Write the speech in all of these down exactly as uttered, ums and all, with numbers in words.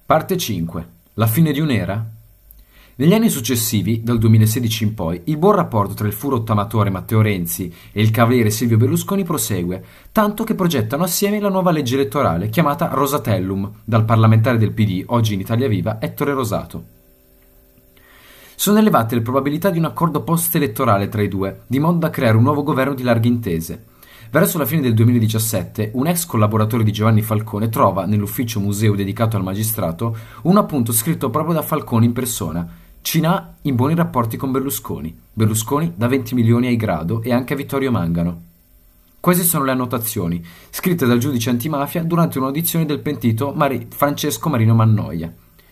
Parte cinque. La fine di un'era? Negli anni successivi, dal duemilasedici in poi, il buon rapporto tra il furottamatore Matteo Renzi e il cavaliere Silvio Berlusconi prosegue, tanto che progettano assieme la nuova legge elettorale chiamata Rosatellum, dal parlamentare del P D, oggi in Italia Viva, Ettore Rosato. Sono elevate le probabilità di un accordo post-elettorale tra i due, di modo da creare un nuovo governo di larghe intese. Verso la fine del duemiladiciassette, un ex collaboratore di Giovanni Falcone trova, nell'ufficio museo dedicato al magistrato, un appunto scritto proprio da Falcone in persona. Cinà in buoni rapporti con Berlusconi. Berlusconi dà venti milioni ai Grado e anche a Vittorio Mangano. Queste sono le annotazioni, scritte dal giudice antimafia durante un'audizione del pentito Mari- Francesco Marino Mannoia.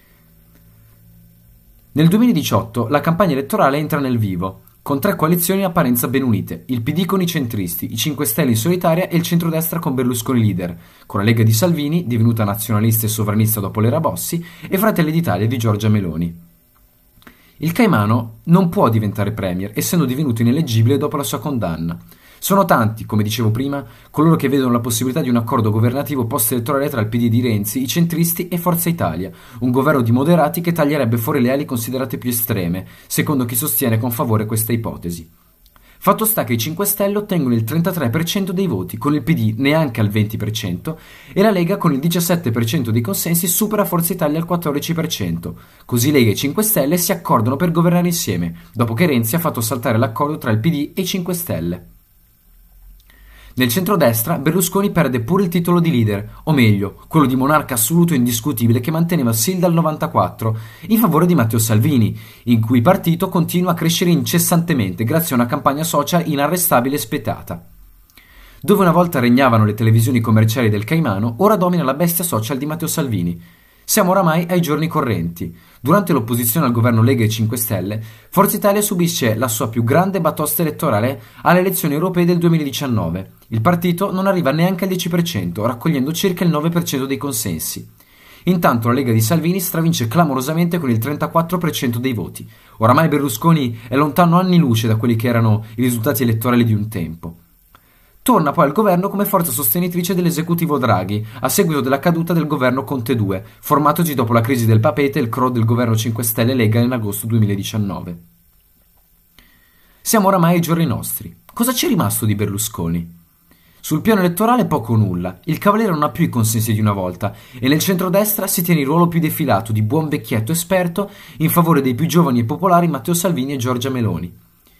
Nel duemiladiciotto la campagna elettorale entra nel vivo, con tre coalizioni in apparenza ben unite, il P D con i centristi, i cinque Stelle in solitaria e il centrodestra con Berlusconi leader, con la Lega di Salvini, divenuta nazionalista e sovranista dopo l'era Bossi, e Fratelli d'Italia di Giorgia Meloni. Il Caimano non può diventare premier, essendo divenuto ineleggibile dopo la sua condanna. Sono tanti, come dicevo prima, coloro che vedono la possibilità di un accordo governativo post-elettorale tra il P D di Renzi, i centristi e Forza Italia, un governo di moderati che taglierebbe fuori le ali considerate più estreme, secondo chi sostiene con favore questa ipotesi. Fatto sta che i cinque Stelle ottengono il trentatré per cento dei voti, con il P D neanche al venti per cento, e la Lega con il diciassette per cento dei consensi supera Forza Italia al quattordici per cento. Così Lega e cinque Stelle si accordano per governare insieme, dopo che Renzi ha fatto saltare l'accordo tra il P D e i cinque Stelle. Nel centrodestra Berlusconi perde pure il titolo di leader, o meglio, quello di monarca assoluto e indiscutibile che manteneva sin dal novantaquattro, in favore di Matteo Salvini, in cui il partito continua a crescere incessantemente grazie a una campagna social inarrestabile e spietata. Dove una volta regnavano le televisioni commerciali del Caimano, ora domina la bestia social di Matteo Salvini. Siamo oramai ai giorni correnti. Durante l'opposizione al governo Lega e cinque Stelle, Forza Italia subisce la sua più grande batosta elettorale alle elezioni europee del duemiladiciannove. Il partito non arriva neanche al dieci per cento, raccogliendo circa il nove per cento dei consensi. Intanto la Lega di Salvini stravince clamorosamente con il trentaquattro per cento dei voti. Oramai Berlusconi è lontano anni luce da quelli che erano i risultati elettorali di un tempo. Torna poi al governo come forza sostenitrice dell'esecutivo Draghi, a seguito della caduta del governo Conte due, formatosi dopo la crisi del papete e il crollo del governo cinque Stelle Lega in agosto duemiladiciannove. Siamo oramai ai giorni nostri. Cosa c'è rimasto di Berlusconi? Sul piano elettorale poco o nulla, il cavaliere non ha più i consensi di una volta e nel centrodestra si tiene il ruolo più defilato di buon vecchietto esperto in favore dei più giovani e popolari Matteo Salvini e Giorgia Meloni.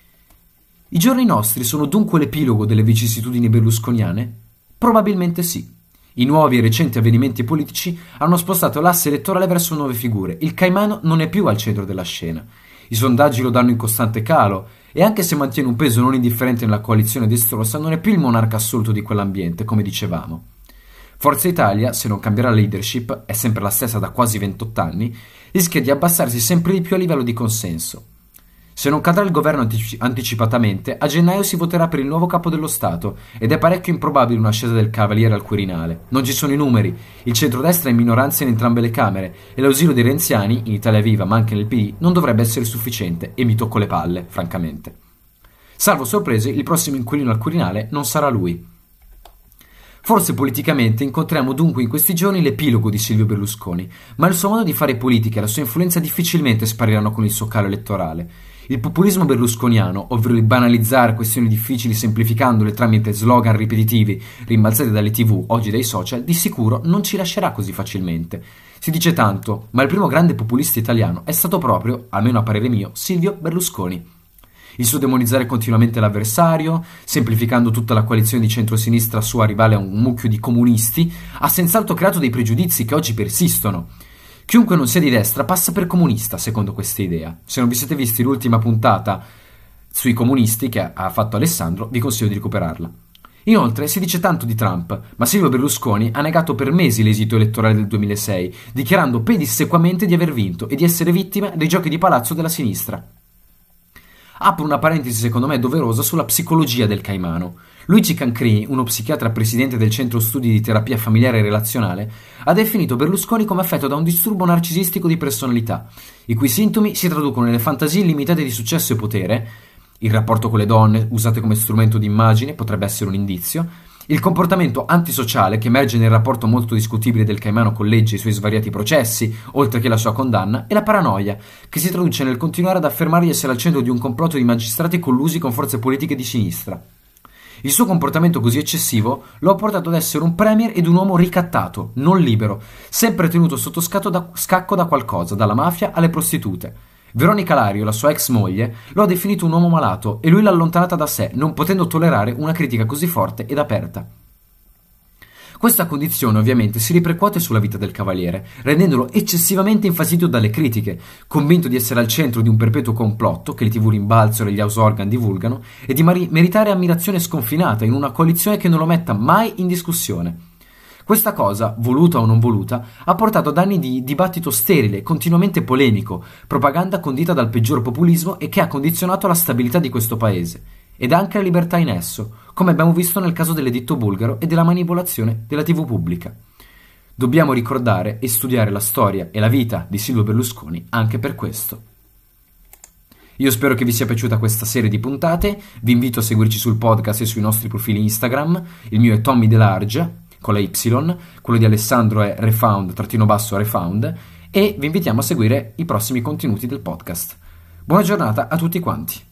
I giorni nostri sono dunque l'epilogo delle vicissitudini berlusconiane? Probabilmente sì. I nuovi e recenti avvenimenti politici hanno spostato l'asse elettorale verso nuove figure. Il Caimano non è più al centro della scena. I sondaggi lo danno in costante calo e anche se mantiene un peso non indifferente nella coalizione destrosa non è più il monarca assoluto di quell'ambiente, come dicevamo. Forza Italia, se non cambierà la leadership, è sempre la stessa da quasi ventotto anni, rischia di abbassarsi sempre di più a livello di consenso. Se non cadrà il governo antici- anticipatamente, a gennaio si voterà per il nuovo capo dello Stato ed è parecchio improbabile un'ascesa del Cavaliere al Quirinale. Non ci sono i numeri, il centrodestra è in minoranza in entrambe le Camere e l'ausilio dei renziani, in Italia Viva ma anche nel P D, non dovrebbe essere sufficiente e mi tocco le palle, francamente. Salvo sorprese, il prossimo inquilino al Quirinale non sarà lui. Forse politicamente incontriamo dunque in questi giorni l'epilogo di Silvio Berlusconi, ma il suo modo di fare politica e la sua influenza difficilmente spariranno con il suo calo elettorale. Il populismo berlusconiano, ovvero il banalizzare questioni difficili semplificandole tramite slogan ripetitivi rimbalzati dalle tivù, oggi dai social, di sicuro non ci lascerà così facilmente. Si dice tanto, ma il primo grande populista italiano è stato proprio, almeno a parere mio, Silvio Berlusconi. Il suo demonizzare continuamente l'avversario, semplificando tutta la coalizione di centrosinistra sua rivale a un mucchio di comunisti, ha senz'altro creato dei pregiudizi che oggi persistono. Chiunque non sia di destra passa per comunista, secondo questa idea. Se non vi siete visti l'ultima puntata sui comunisti che ha fatto Alessandro, vi consiglio di recuperarla. Inoltre si dice tanto di Trump, ma Silvio Berlusconi ha negato per mesi l'esito elettorale del duemilasei, dichiarando pedissequamente di aver vinto e di essere vittima dei giochi di palazzo della sinistra. Apro una parentesi secondo me doverosa sulla psicologia del Caimano. Luigi Cancrini, uno psichiatra presidente del Centro Studi di Terapia Familiare e Relazionale, ha definito Berlusconi come affetto da un disturbo narcisistico di personalità, i cui sintomi si traducono nelle fantasie illimitate di successo e potere, il rapporto con le donne, usate come strumento di immagine, potrebbe essere un indizio, Il comportamento antisociale che emerge nel rapporto molto discutibile del Caimano con legge e i suoi svariati processi, oltre che la sua condanna, e la paranoia, che si traduce nel continuare ad affermare di essere al centro di un complotto di magistrati collusi con forze politiche di sinistra. Il suo comportamento così eccessivo lo ha portato ad essere un premier ed un uomo ricattato, non libero, sempre tenuto sotto scatto da, scacco da qualcosa, dalla mafia alle prostitute. Veronica Lario, la sua ex moglie, lo ha definito un uomo malato e lui l'ha allontanata da sé, non potendo tollerare una critica così forte ed aperta. Questa condizione ovviamente si ripercuote sulla vita del cavaliere, rendendolo eccessivamente infastidito dalle critiche, convinto di essere al centro di un perpetuo complotto che le tivù rimbalzano e gli house organ divulgano, e di mari- meritare ammirazione sconfinata in una coalizione che non lo metta mai in discussione. Questa cosa, voluta o non voluta, ha portato ad anni di dibattito sterile, continuamente polemico, propaganda condita dal peggior populismo e che ha condizionato la stabilità di questo paese, ed anche la libertà in esso, come abbiamo visto nel caso dell'editto bulgaro e della manipolazione della tivù pubblica. Dobbiamo ricordare e studiare la storia e la vita di Silvio Berlusconi anche per questo. Io spero che vi sia piaciuta questa serie di puntate, vi invito a seguirci sul podcast e sui nostri profili Instagram, il mio è Tommy Delarge, con la Y, quello di Alessandro è refound, trattino basso refound, e vi invitiamo a seguire i prossimi contenuti del podcast. Buona giornata a tutti quanti.